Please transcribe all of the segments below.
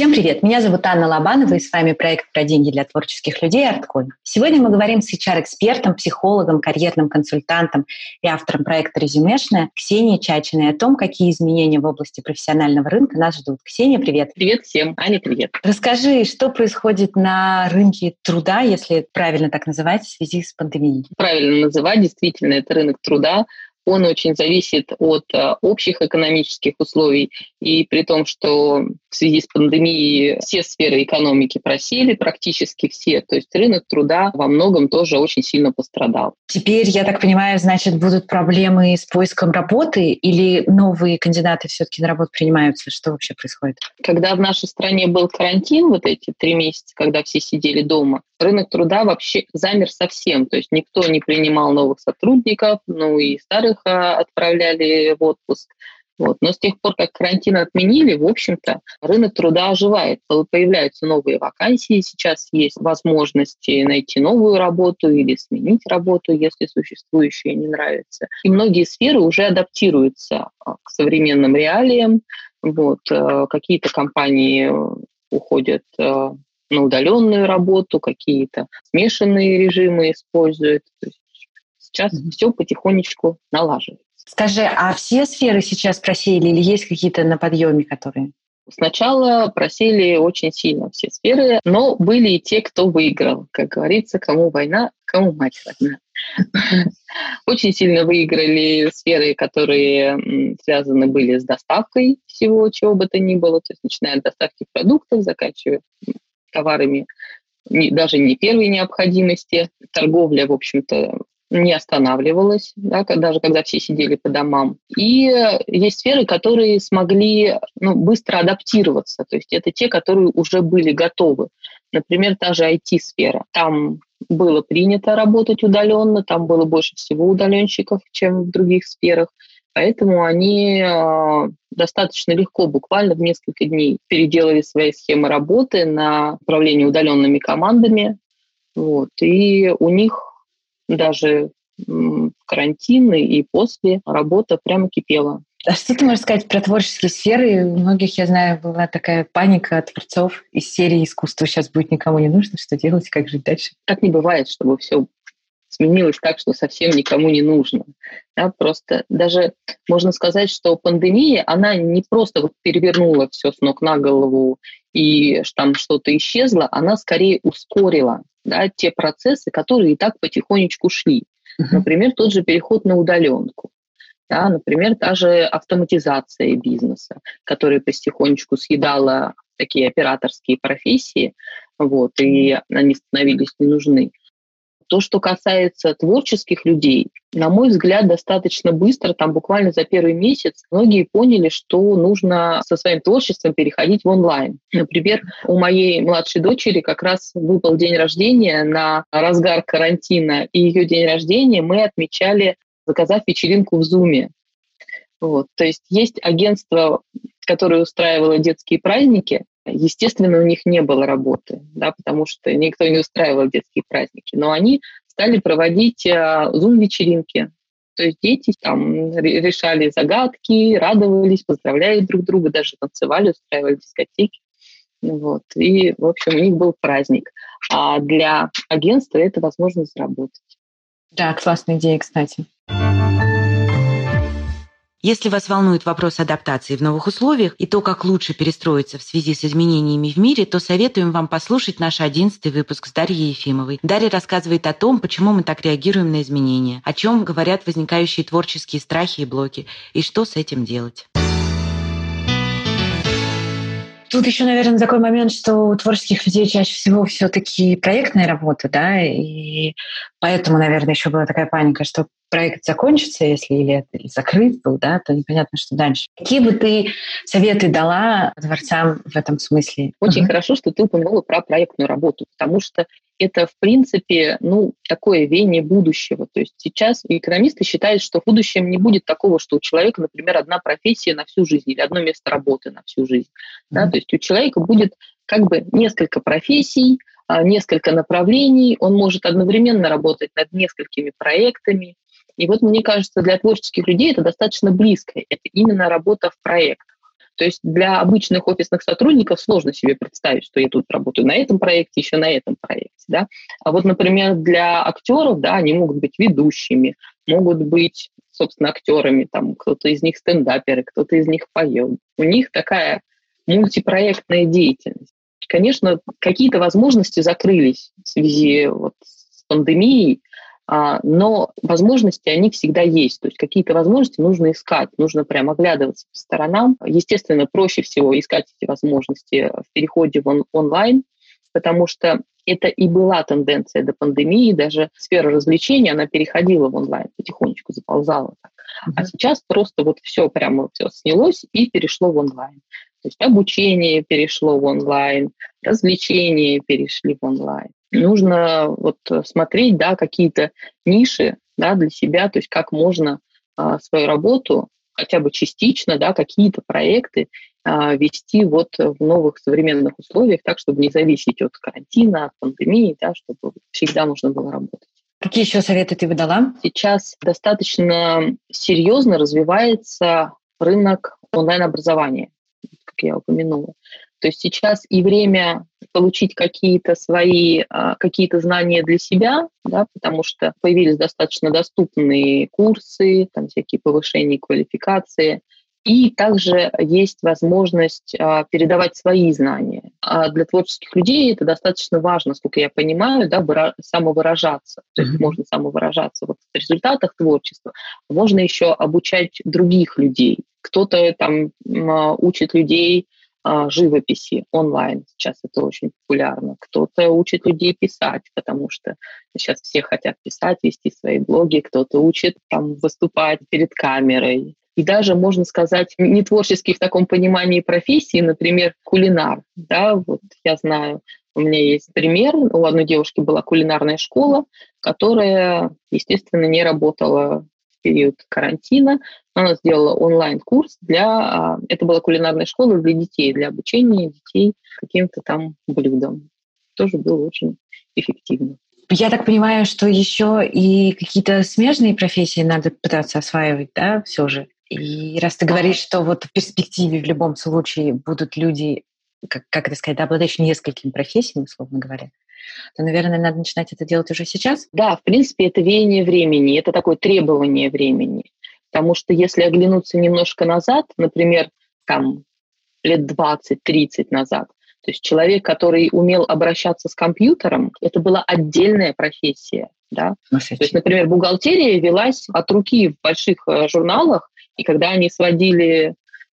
Всем привет! Меня зовут Анна Лобанова, и с вами проект про деньги для творческих людей «Арткоин». Сегодня мы говорим с HR-экспертом, психологом, карьерным консультантом и автором проекта «Резюмешная» Ксенией Чачиной о том, какие изменения в области профессионального рынка нас ждут. Ксения, привет! Привет всем! Аня, привет! Расскажи, что происходит на рынке труда, если правильно так называть, в связи с пандемией? Правильно называть, действительно, это рынок труда. Он очень зависит от общих экономических условий. И при том, что в связи с пандемией все сферы экономики просели, практически все, то есть рынок труда во многом тоже очень сильно пострадал. Теперь, я так понимаю, значит, будут проблемы с поиском работы или новые кандидаты все-таки на работу принимаются? Что вообще происходит? Когда в нашей стране был карантин, вот эти 3 месяца, когда все сидели дома, рынок труда вообще замер совсем. То есть никто не принимал новых сотрудников, и старых отправляли в отпуск. Но с тех пор, как карантин отменили, в общем-то, рынок труда оживает. Появляются новые вакансии, сейчас есть возможности найти новую работу или сменить работу, если существующая не нравится. И многие сферы уже адаптируются к современным реалиям. Какие-то компании уходят на удаленную работу, какие-то смешанные режимы используют. То есть сейчас все потихонечку налаживается. Скажи, а все сферы сейчас просели или есть какие-то на подъеме, которые? Сначала просели очень сильно все сферы, но были и те, кто выиграл. Как говорится, кому война, кому мать родна. Очень сильно выиграли сферы, которые связаны были с доставкой всего, чего бы то ни было, то есть начиная от доставки продуктов, заканчивая товарами даже не первой необходимости. Торговля, в общем-то, не останавливалась, даже когда все сидели по домам. И есть сферы, которые смогли быстро адаптироваться, то есть это те, которые уже были готовы. Например, та же IT-сфера. Там было принято работать удаленно, там было больше всего удаленщиков, чем в других сферах. Поэтому они достаточно легко, буквально в несколько дней, переделали свои схемы работы на управление удаленными командами. И у них даже в карантин и после работа прямо кипела. А что ты можешь сказать про творческие сферы? У многих, я знаю, была такая паника от творцов из серии «Искусство сейчас будет никому не нужно, что делать, как жить дальше?» Так не бывает, чтобы все сменилось так, что совсем никому не нужно. Просто даже можно сказать, что пандемия, она не просто перевернула все с ног на голову и там что-то исчезло, она скорее ускорила те процессы, которые и так потихонечку шли. Например, тот же переход на удаленку. Например, та же автоматизация бизнеса, которая потихонечку съедала такие операторские профессии, и они становились не нужны. То, что касается творческих людей, на мой взгляд, достаточно быстро, там буквально за первый месяц, многие поняли, что нужно со своим творчеством переходить в онлайн. Например, у моей младшей дочери как раз выпал день рождения на разгар карантина, и ее день рождения мы отмечали, заказав вечеринку в Zoom. То есть агентство, которое устраивало детские праздники. Естественно, у них не было работы, потому что никто не устраивал детские праздники, но они стали проводить Zoom-вечеринки. То есть дети там решали загадки, радовались, поздравляли друг друга, даже танцевали, устраивали дискотеки. И, в общем, у них был праздник. А для агентства это возможность заработать. Да, классная идея, кстати. Если вас волнует вопрос адаптации в новых условиях и то, как лучше перестроиться в связи с изменениями в мире, то советуем вам послушать наш 11-й выпуск с Дарьей Ефимовой. Дарья рассказывает о том, почему мы так реагируем на изменения, о чем говорят возникающие творческие страхи и блоки, и что с этим делать. Тут еще, наверное, такой момент, что у творческих людей чаще всего все-таки проектная работа, и поэтому, наверное, еще была такая паника, что проект закончится, или закрыт был, то непонятно, что дальше. Какие бы ты советы дала творцам в этом смысле? Очень хорошо, что ты упомянула про проектную работу, потому что это, в принципе, такое веяние будущего. То есть сейчас экономисты считают, что в будущем не будет такого, что у человека, например, одна профессия на всю жизнь или одно место работы на всю жизнь. То есть у человека будет несколько профессий, несколько направлений, он может одновременно работать над несколькими проектами. И мне кажется, для творческих людей это достаточно близко. Это именно работа в проектах. То есть для обычных офисных сотрудников сложно себе представить, что я тут работаю на этом проекте, еще на этом проекте. Да? А вот, например, для актеров, да, они могут быть ведущими, могут быть, собственно, актерами, там, кто-то из них стендаперы, кто-то из них поет. У них такая мультипроектная деятельность. Конечно, какие-то возможности закрылись в связи вот с пандемией, но возможности, они всегда есть. То есть какие-то возможности нужно искать, нужно прям оглядываться по сторонам. Естественно, проще всего искать эти возможности в переходе в онлайн, потому что это и была тенденция до пандемии, даже сфера развлечений, она переходила в онлайн, потихонечку заползала так. А сейчас просто вот все прямо все снялось и перешло в онлайн. То есть обучение перешло в онлайн, развлечения перешли в онлайн. Нужно вот смотреть, да, какие-то ниши, да, для себя, то есть как можно свою работу хотя бы частично, да, какие-то проекты вести вот в новых современных условиях, так, чтобы не зависеть от карантина, от пандемии, да, чтобы всегда можно было работать. Какие еще советы ты бы дала? Сейчас достаточно серьезно развивается рынок онлайн-образования, как я упомянула. То есть сейчас и время получить какие-то свои, какие-то знания для себя, да, потому что появились достаточно доступные курсы, там всякие повышения квалификации, и также есть возможность передавать свои знания. А для творческих людей это достаточно важно, насколько я понимаю, да, самовыражаться. То есть можно самовыражаться вот в результатах творчества, можно еще обучать других людей. Кто-то там учит людей живописи онлайн. Сейчас это очень популярно. Кто-то учит людей писать, потому что сейчас все хотят писать, вести свои блоги. Кто-то учит там выступать перед камерой. И даже, можно сказать, не творческие в таком понимании профессии, например, кулинар. Да, вот я знаю, у меня есть пример. У одной девушки была кулинарная школа, которая, естественно, не работала в период карантина. Она сделала онлайн-курс это была кулинарная школа для детей, для обучения детей каким-то там блюдам. Тоже было очень эффективно. Я так понимаю, что еще и какие-то смежные профессии надо пытаться осваивать, да, все же. И раз ты говоришь, что вот в перспективе в любом случае будут люди, как это сказать, да, обладающие несколькими профессиями, условно говоря, то, наверное, надо начинать это делать уже сейчас? Да, в принципе, это веяние времени, это такое требование времени. Потому что если оглянуться немножко назад, например, там, лет 20-30 назад, то есть человек, который умел обращаться с компьютером, это была отдельная профессия. Да? То есть, например, бухгалтерия велась от руки в больших журналах, и когда они сводили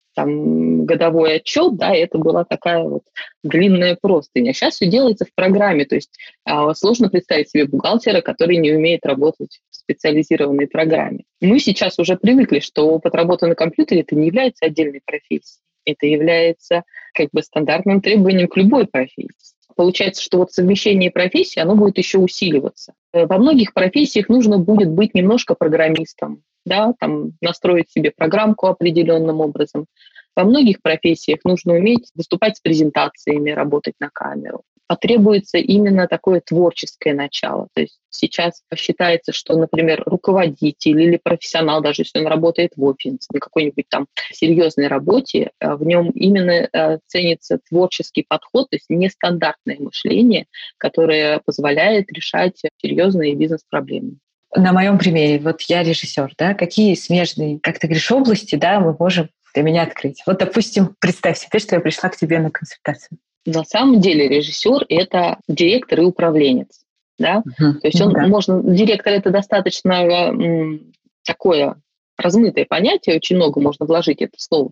там годовой отчет, да, это была такая вот длинная простынь. А сейчас все делается в программе, то есть сложно представить себе бухгалтера, который не умеет работать в специализированной программе. Мы сейчас уже привыкли, что опыт работы на компьютере это не является отдельной профессией, это является как бы стандартным требованием к любой профессии. Получается, что вот совмещение профессий, оно будет еще усиливаться. Во многих профессиях нужно будет быть немножко программистом, да, там, настроить себе программку определенным образом. Во многих профессиях нужно уметь выступать с презентациями, работать на камеру. Потребуется именно такое творческое начало. То есть сейчас считается, что, например, руководитель или профессионал, даже если он работает в офисе, на какой-нибудь там серьезной работе, в нем именно ценится творческий подход, то есть нестандартное мышление, которое позволяет решать серьезные бизнес-проблемы. На моем примере, вот я режиссер, да, какие смежные, как ты говоришь, области, да, мы можем для меня открыть? Вот, допустим, представь себе, что я пришла к тебе на консультацию. На самом деле режиссер – это директор и управленец. Да? То есть директор – это достаточно такое размытое понятие, очень много можно вложить это слово,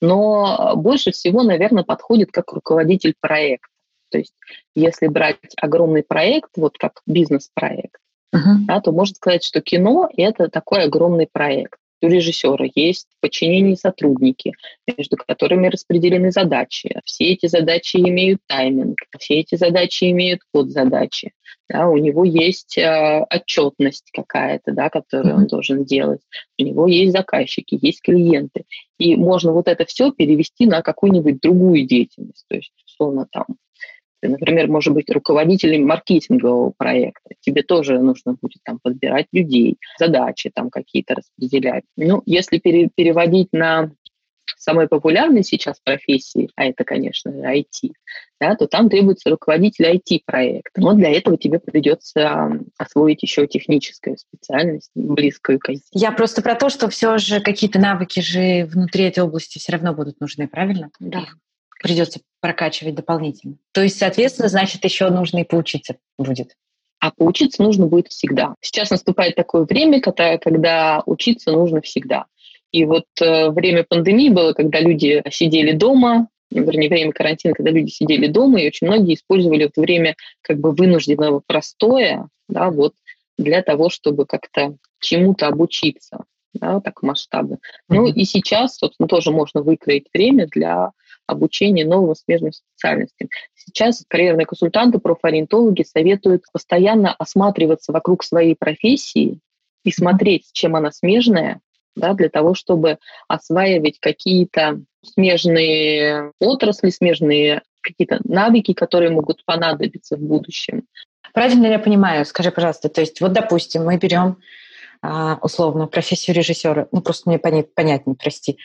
но больше всего, наверное, подходит как руководитель проекта. То есть если брать огромный проект, вот как бизнес-проект, да, то можно сказать, что кино – это такой огромный проект. У режиссера есть в подчинении сотрудники, между которыми распределены задачи. Все эти задачи имеют тайминг, все эти задачи имеют код задачи. Да, у него есть отчетность какая-то, да, которую он должен делать. У него есть заказчики, есть клиенты. И можно вот это все перевести на какую-нибудь другую деятельность. То есть, условно, там, ты, например, может быть руководителем маркетингового проекта. Тебе тоже нужно будет там подбирать людей, задачи там какие-то распределять. Ну, если переводить на самой популярной сейчас профессии, а это, конечно, IT, да, то там требуется руководитель IT-проекта. Но для этого тебе придется освоить еще техническую специальность, близкую к IT. Я просто про то, что все же какие-то навыки же внутри этой области все равно будут нужны, правильно? Да. Их придется прокачивать дополнительно. То есть, соответственно, значит, еще нужно и поучиться будет. А поучиться нужно будет всегда. Сейчас наступает такое время, когда учиться нужно всегда. И вот время пандемии было, когда люди сидели дома, вернее, время карантина, когда люди сидели дома, и очень многие использовали это время как бы вынужденного простоя, да, вот, для того, чтобы как-то чему-то обучиться, да, так масштабно. Ну и сейчас, собственно, тоже можно выкроить время для обучения новым смежным специальностям. Сейчас карьерные консультанты, профориентологи советуют постоянно осматриваться вокруг своей профессии и смотреть, с чем она смежная, да, для того, чтобы осваивать какие-то смежные отрасли, смежные какие-то навыки, которые могут понадобиться в будущем. Правильно ли я понимаю? Скажи, пожалуйста, то есть вот, допустим, мы берем условно профессию режиссера, ну просто мне понятнее, прости.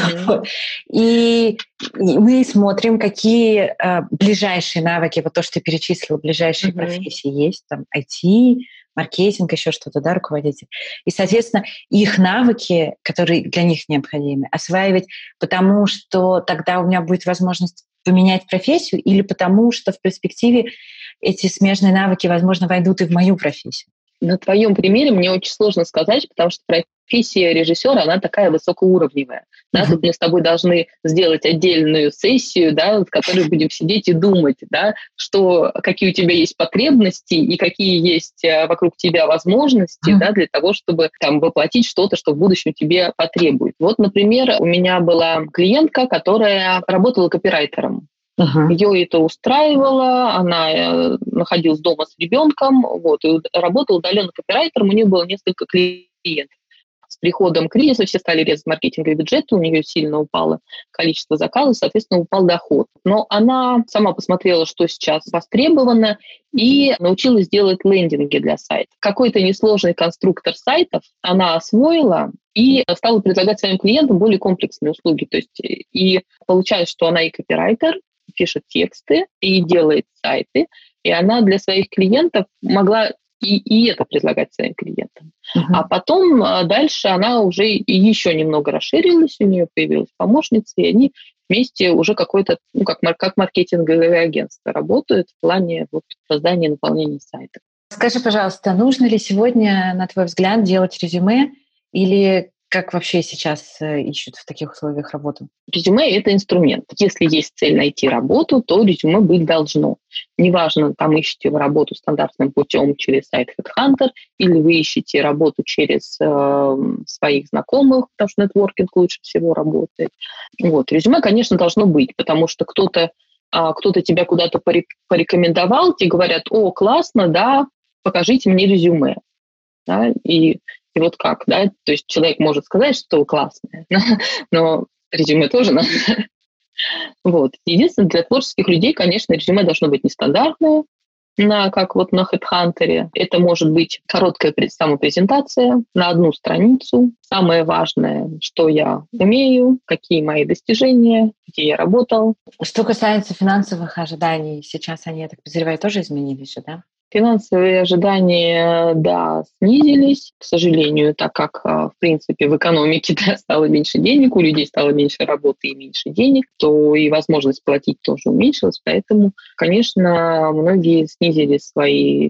И мы смотрим, какие ближайшие навыки, вот то, что ты перечислила, ближайшие профессии есть, там IT, маркетинг, еще что-то, да, руководитель. И, соответственно, их навыки, которые для них необходимы, осваивать, потому что тогда у меня будет возможность поменять профессию, или потому что в перспективе эти смежные навыки, возможно, войдут и в мою профессию? На твоем примере мне очень сложно сказать, потому что профессия режиссера, она такая высокоуровневая. Да? Тут мы с тобой должны сделать отдельную сессию, да, в которой будем сидеть и думать, да, какие у тебя есть потребности и какие есть вокруг тебя возможности, да, для того, чтобы там, воплотить что-то, что в будущем тебе потребует. Вот, например, у меня была клиентка, которая работала копирайтером. Ее это устраивало, она находилась дома с ребенком, вот, и работала удаленно копирайтером, у нее было несколько клиентов. С приходом кризиса все стали резать маркетинговые бюджеты, у нее сильно упало количество заказов, соответственно, упал доход. Но она сама посмотрела, что сейчас востребовано, и научилась делать лендинги для сайта. Какой-то несложный конструктор сайтов она освоила и стала предлагать своим клиентам более комплексные услуги. То есть и получается, что она и копирайтер, пишет тексты и делает сайты, и она для своих клиентов могла и это предлагать своим клиентам. А потом дальше она уже и еще немного расширилась, у нее появилась помощница, и они вместе уже какое-то, ну, как маркетинговое агентство работают в плане вот, создания и наполнения сайта. Скажи, пожалуйста, нужно ли сегодня, на твой взгляд, делать резюме или как вообще сейчас ищут в таких условиях работу? Резюме – это инструмент. Если есть цель найти работу, то резюме быть должно. Неважно, там ищете вы работу стандартным путем через сайт HeadHunter, или вы ищете работу через своих знакомых, потому что нетворкинг лучше всего работает. Вот. Резюме, конечно, должно быть, потому что кто-то тебя куда-то порекомендовал, тебе говорят: о, классно, да, покажите мне резюме. Да, и вот как, да, то есть человек может сказать, что классное, но резюме тоже надо. Вот. Единственное, для творческих людей, конечно, резюме должно быть нестандартное, как вот на HeadHunter. Это может быть короткая самопрезентация на одну страницу. Самое важное, что я умею, какие мои достижения, где я работал. Что касается финансовых ожиданий, сейчас они, я так подозреваю, тоже изменились же, да? Финансовые ожидания, да, снизились, к сожалению, так как, в принципе, в экономике стало меньше денег, у людей стало меньше работы и меньше денег, то и возможность платить тоже уменьшилась. Поэтому, конечно, многие снизили свои,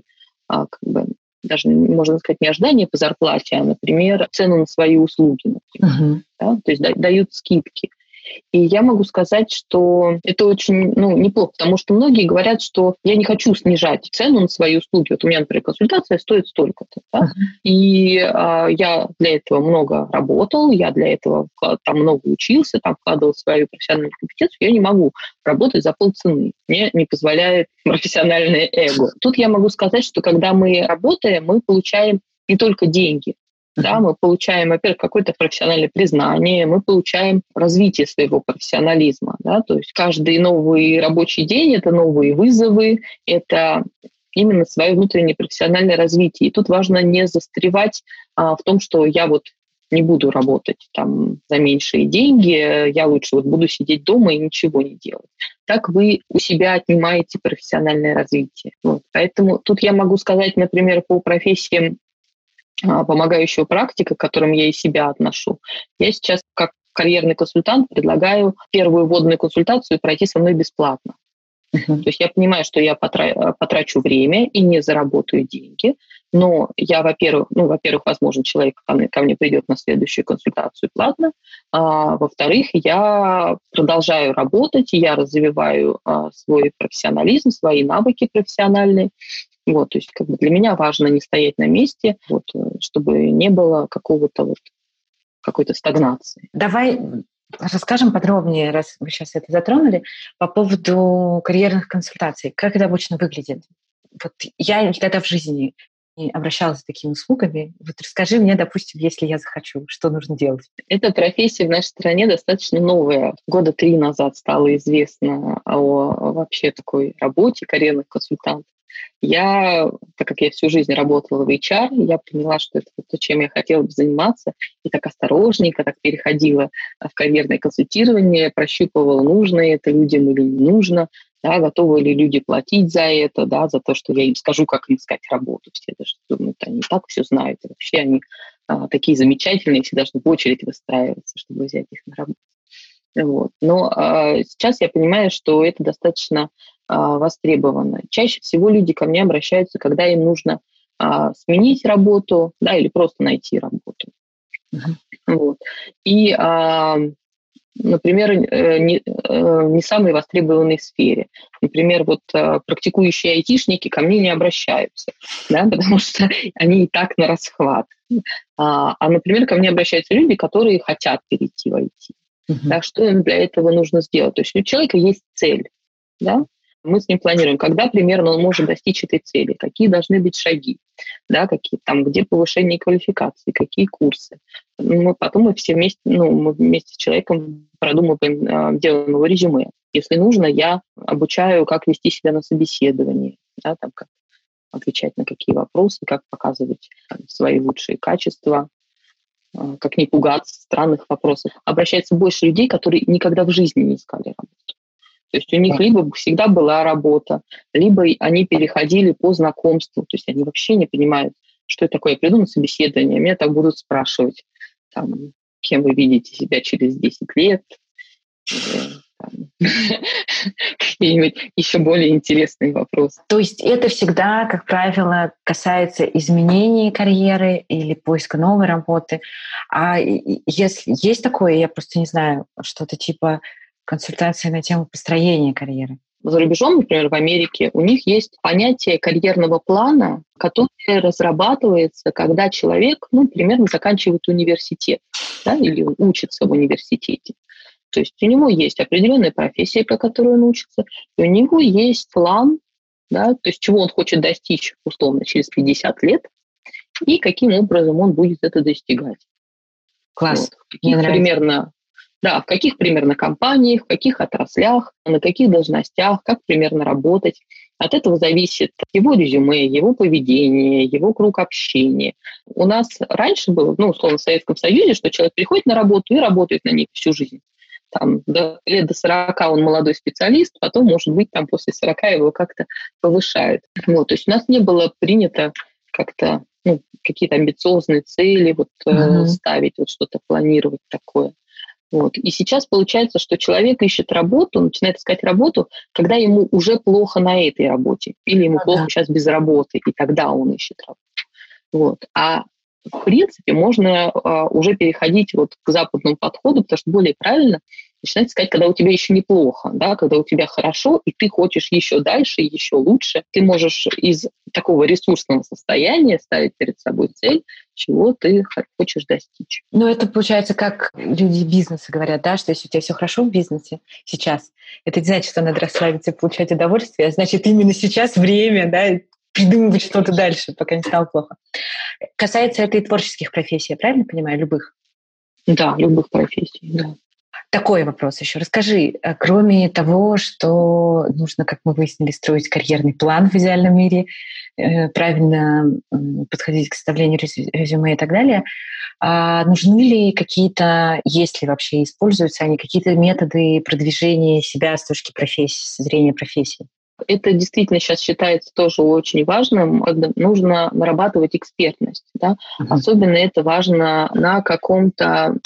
даже, можно сказать, не ожидания по зарплате, а, например, цену на свои услуги, например. Да? То есть дают скидки. И я могу сказать, что это очень неплохо, потому что многие говорят, что я не хочу снижать цену на свои услуги. Вот у меня, например, консультация стоит столько-то. Да? И я для этого много работал, я для этого там много учился, там вкладывал свою профессиональную компетенцию. Я не могу работать за полцены. Мне не позволяет профессиональное эго. Тут я могу сказать, что когда мы работаем, мы получаем не только деньги. Да, мы получаем, во-первых, какое-то профессиональное признание, мы получаем развитие своего профессионализма. Да, то есть каждый новый рабочий день – это новые вызовы, это именно свое внутреннее профессиональное развитие. И тут важно не застревать в том, что я вот не буду работать там за меньшие деньги, я лучше вот буду сидеть дома и ничего не делать. Так вы у себя отнимаете профессиональное развитие. Вот. Поэтому тут я могу сказать, например, по профессиям помогающего практика, к которым я и себя отношу. Я сейчас как карьерный консультант предлагаю первую вводную консультацию пройти со мной бесплатно. То есть я понимаю, что я потрачу время и не заработаю деньги, но я, во-первых, возможно, человек ко мне придет на следующую консультацию платно, а во-вторых, я продолжаю работать, я развиваю свой профессионализм, свои навыки профессиональные. Вот, то есть как бы для меня важно не стоять на месте, вот, чтобы не было какой-то стагнации. Давай расскажем подробнее, раз вы сейчас это затронули, по поводу карьерных консультаций. Как это обычно выглядит? Вот я никогда в жизни не обращалась с такими услугами. Вот расскажи мне, допустим, если я захочу, что нужно делать? Эта профессия в нашей стране достаточно новая. 3 года назад стало известно о вообще такой работе карьерных консультантов. Так как я всю жизнь работала в HR, я поняла, что это то, чем я хотела бы заниматься, и так осторожненько так переходила в карьерное консультирование, прощупывала, нужно это людям или не нужно, да, готовы ли люди платить за это, да, за то, что я им скажу, как им искать работу. Все даже думают, они так все знают, и вообще они такие замечательные, все должны в очередь выстраиваться, чтобы взять их на работу. Вот. Но сейчас я понимаю, что это достаточно востребовано. Чаще всего люди ко мне обращаются, когда им нужно сменить работу, да, или просто найти работу. Вот. И, например, не самой востребованной сфере. Например, вот практикующие айтишники ко мне не обращаются, да, потому что они и так на расхват. Например, ко мне обращаются люди, которые хотят перейти в IT. Да, что им для этого нужно сделать? То есть у человека есть цель, да? Мы с ним планируем, когда примерно он может достичь этой цели, какие должны быть шаги, да, где повышение квалификации, какие курсы. Потом мы вместе с человеком продумываем, делаем его резюме. Если нужно, я обучаю, как вести себя на собеседовании, да, как отвечать на какие вопросы, как показывать свои лучшие качества, как не пугаться странных вопросов. Обращается больше людей, которые никогда в жизни не искали работу. То есть у них либо всегда была работа, либо они переходили по знакомству. То есть они вообще не понимают, что это такое. Я приду на собеседование, меня так будут спрашивать, кем вы видите себя через 10 лет, какие-нибудь еще более интересные вопросы. То есть это всегда, как правило, касается изменения карьеры или поиска новой работы. А если есть такое, я просто не знаю, что-то типа консультации на тему построения карьеры? За рубежом, например, в Америке, у них есть понятие карьерного плана, которое разрабатывается, когда человек, примерно заканчивает университет, да, или учится в университете. То есть у него есть определенная профессия, по которой он учится, и у него есть план, да, то есть чего он хочет достичь, условно, через 50 лет, и каким образом он будет это достигать. Класс. Мне нравится. В каких примерно компаниях, в каких отраслях, на каких должностях, как примерно работать. От этого зависит его резюме, его поведение, его круг общения. У нас раньше было, условно, в Советском Союзе, что человек приходит на работу и работает на ней всю жизнь. Лет до 40 он молодой специалист, потом, может быть, после 40 его как-то повышают. То есть у нас не было принято как-то какие-то амбициозные цели ставить, что-то планировать такое. И сейчас получается, что человек ищет работу, начинает искать работу, когда ему уже плохо на этой работе, или ему плохо сейчас без работы, и тогда он ищет работу. А в принципе можно уже переходить к западному подходу, потому что более правильно начинать искать, когда у тебя еще неплохо, да, когда у тебя хорошо, и ты хочешь еще дальше, еще лучше. Ты можешь из такого ресурсного состояния ставить перед собой цель, чего ты хочешь достичь. Это получается, как люди бизнеса говорят, да, что если у тебя все хорошо в бизнесе сейчас, это не значит, что надо расслабиться и получать удовольствие, а значит, именно сейчас время, да, придумывать что-то дальше, пока не стало плохо. Касается это и творческих профессий, я правильно понимаю, любых? Да, любых профессий, да. Такой вопрос еще. Расскажи, кроме того, что нужно, как мы выяснили, строить карьерный план в идеальном мире, правильно подходить к составлению резюме и так далее, нужны ли какие-то, если вообще используются они, какие-то методы продвижения себя с точки профессии, с зрения профессии? Это действительно сейчас считается тоже очень важным, когда нужно нарабатывать экспертность. Да? Особенно это важно на каком-то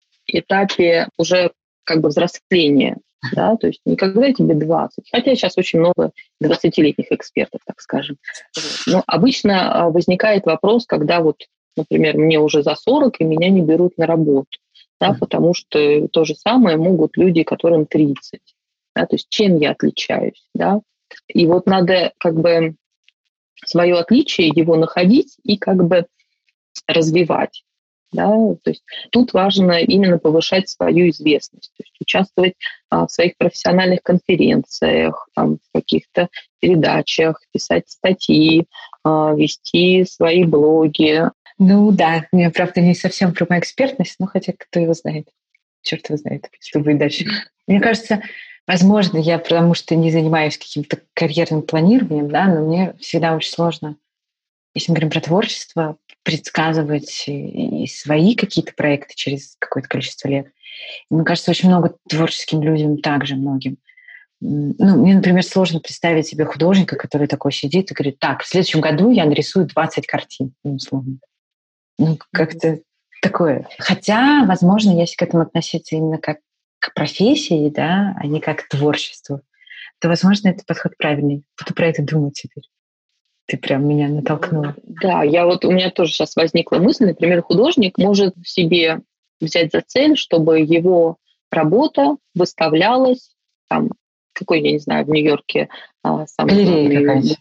этапе уже как бы взросления. Да? То есть не когда тебе 20, хотя сейчас очень много 20-летних экспертов, так скажем. Но обычно возникает вопрос, когда вот, например, мне уже за 40, и меня не берут на работу. Да? Потому что то же самое могут люди, которым 30. Да? То есть чем я отличаюсь? Да? И вот надо как бы свое отличие, его находить и как бы развивать. Да? То есть тут важно именно повышать свою известность, то есть участвовать в своих профессиональных конференциях, там, в каких-то передачах, писать статьи, вести свои блоги. Ну да, мне, правда, не совсем про мою экспертность, но хотя кто его знает. Черт его знает, что будет дальше. Мне кажется, возможно, я потому что не занимаюсь каким-то карьерным планированием, да, но мне всегда очень сложно, если мы говорим про творчество, предсказывать и свои какие-то проекты через какое-то количество лет. И мне кажется, очень много творческим людям также многим. Ну, мне, например, сложно представить себе художника, который такой сидит и говорит: так, в следующем году я нарисую 20 картин, условно. Ну, как-то такое. Хотя, возможно, если к этому относиться именно как к профессии, да, а не как к творчеству, то, возможно, это подход правильный. Буду про это думать теперь. Ты прям меня натолкнула. Да, у меня тоже сейчас возникла мысль, например, художник может себе взять за цель, чтобы его работа выставлялась там, какой, я не знаю, в Нью-Йорке самый главный...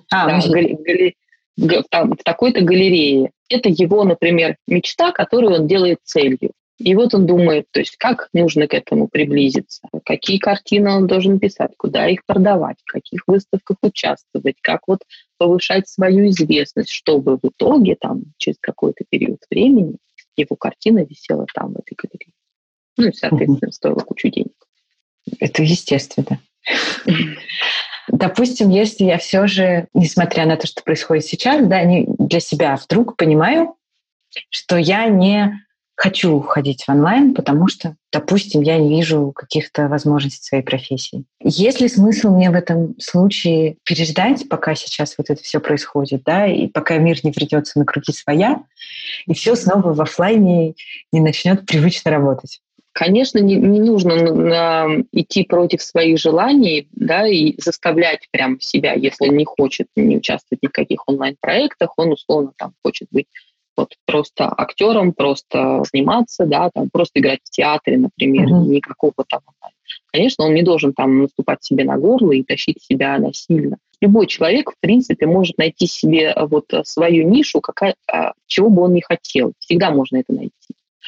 Там, в такой-то галерее. Это его, например, мечта, которую он делает целью. И вот он думает, то есть как нужно к этому приблизиться, какие картины он должен писать, куда их продавать, в каких выставках участвовать, как вот повышать свою известность, чтобы в итоге там через какой-то период времени его картина висела там, в этой галерее. Ну и, соответственно, стоила кучу денег. Это естественно. Допустим, если я все же, несмотря на то, что происходит сейчас, да, для себя вдруг понимаю, что я не хочу уходить в онлайн, потому что, допустим, я не вижу каких-то возможностей своей профессии. Есть ли смысл мне в этом случае переждать, пока сейчас вот это все происходит, да, и пока мир не придется на круги своя, и все снова в офлайне не начнет привычно работать? Конечно, не нужно идти против своих желаний, да, и заставлять прям себя, если он не хочет не участвовать ни в каких онлайн-проектах, он условно там хочет быть вот просто актером, просто сниматься, да, там, просто играть в театре, например, никакого там онлайн. Конечно, он не должен там наступать себе на горло и тащить себя насильно. Любой человек, в принципе, может найти себе вот свою нишу, чего бы он ни хотел. Всегда можно это найти.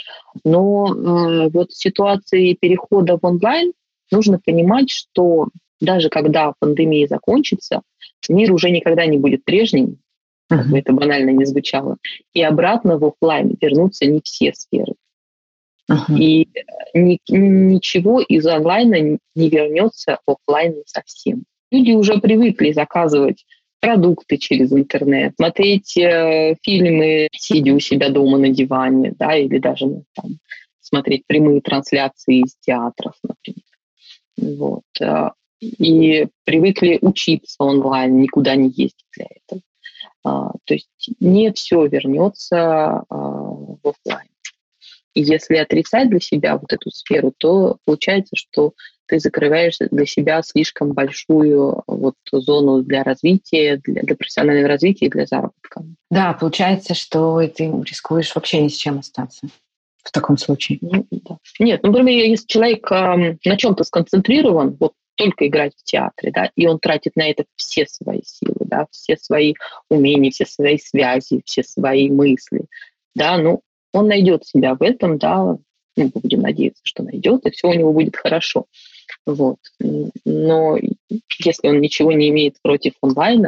Но вот в ситуации перехода в онлайн нужно понимать, что даже когда пандемия закончится, мир уже никогда не будет прежним, как бы это банально не звучало, и обратно в офлайн вернутся не все сферы. И ничего из онлайна не вернется в офлайн совсем. Люди уже привыкли заказывать продукты через интернет, смотреть фильмы, сидя у себя дома на диване, да, или даже там, смотреть прямые трансляции из театров, например. Вот. И привыкли учиться онлайн, никуда не ездить для этого. То есть не все вернется в офлайн. И если отрицать для себя вот эту сферу, то получается, что ты закрываешь для себя слишком большую вот зону для развития, для профессионального развития и для заработка. Да, получается, что ты рискуешь вообще ни с чем остаться в таком случае. Да. Нет, например, если человек на чем-то сконцентрирован, вот только играть в театре, да, и он тратит на это все свои силы, да, все свои умения, все свои связи, все свои мысли, да, ну, он найдет себя в этом, да, мы будем надеяться, что найдет, и все у него будет хорошо. Вот. Но если он ничего не имеет против онлайна,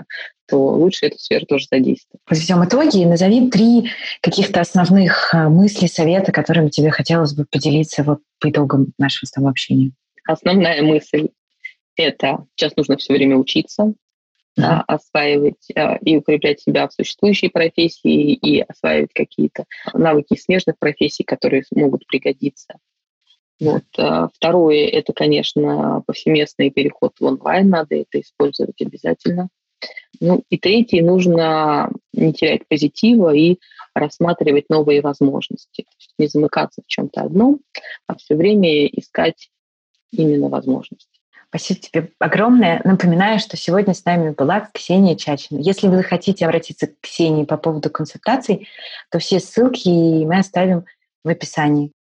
то лучше эту сферу тоже задействовать. Подведем итоги и назови 3 каких-то основных мысли, совета, которыми тебе хотелось бы поделиться вот по итогам нашего с тобой общения. Основная мысль — это сейчас нужно все время учиться, осваивать и укреплять себя в существующей профессии и осваивать какие-то навыки смежных профессий, которые могут пригодиться. Вот. Второе — это, конечно, повсеместный переход в онлайн, надо это использовать обязательно. Ну и третье — нужно не терять позитива и рассматривать новые возможности. То есть не замыкаться в чем-то одном, а все время искать именно возможности. Спасибо тебе огромное. Напоминаю, что сегодня с нами была Ксения Чачина. Если вы захотите обратиться к Ксении по поводу консультаций, то все ссылки мы оставим в описании.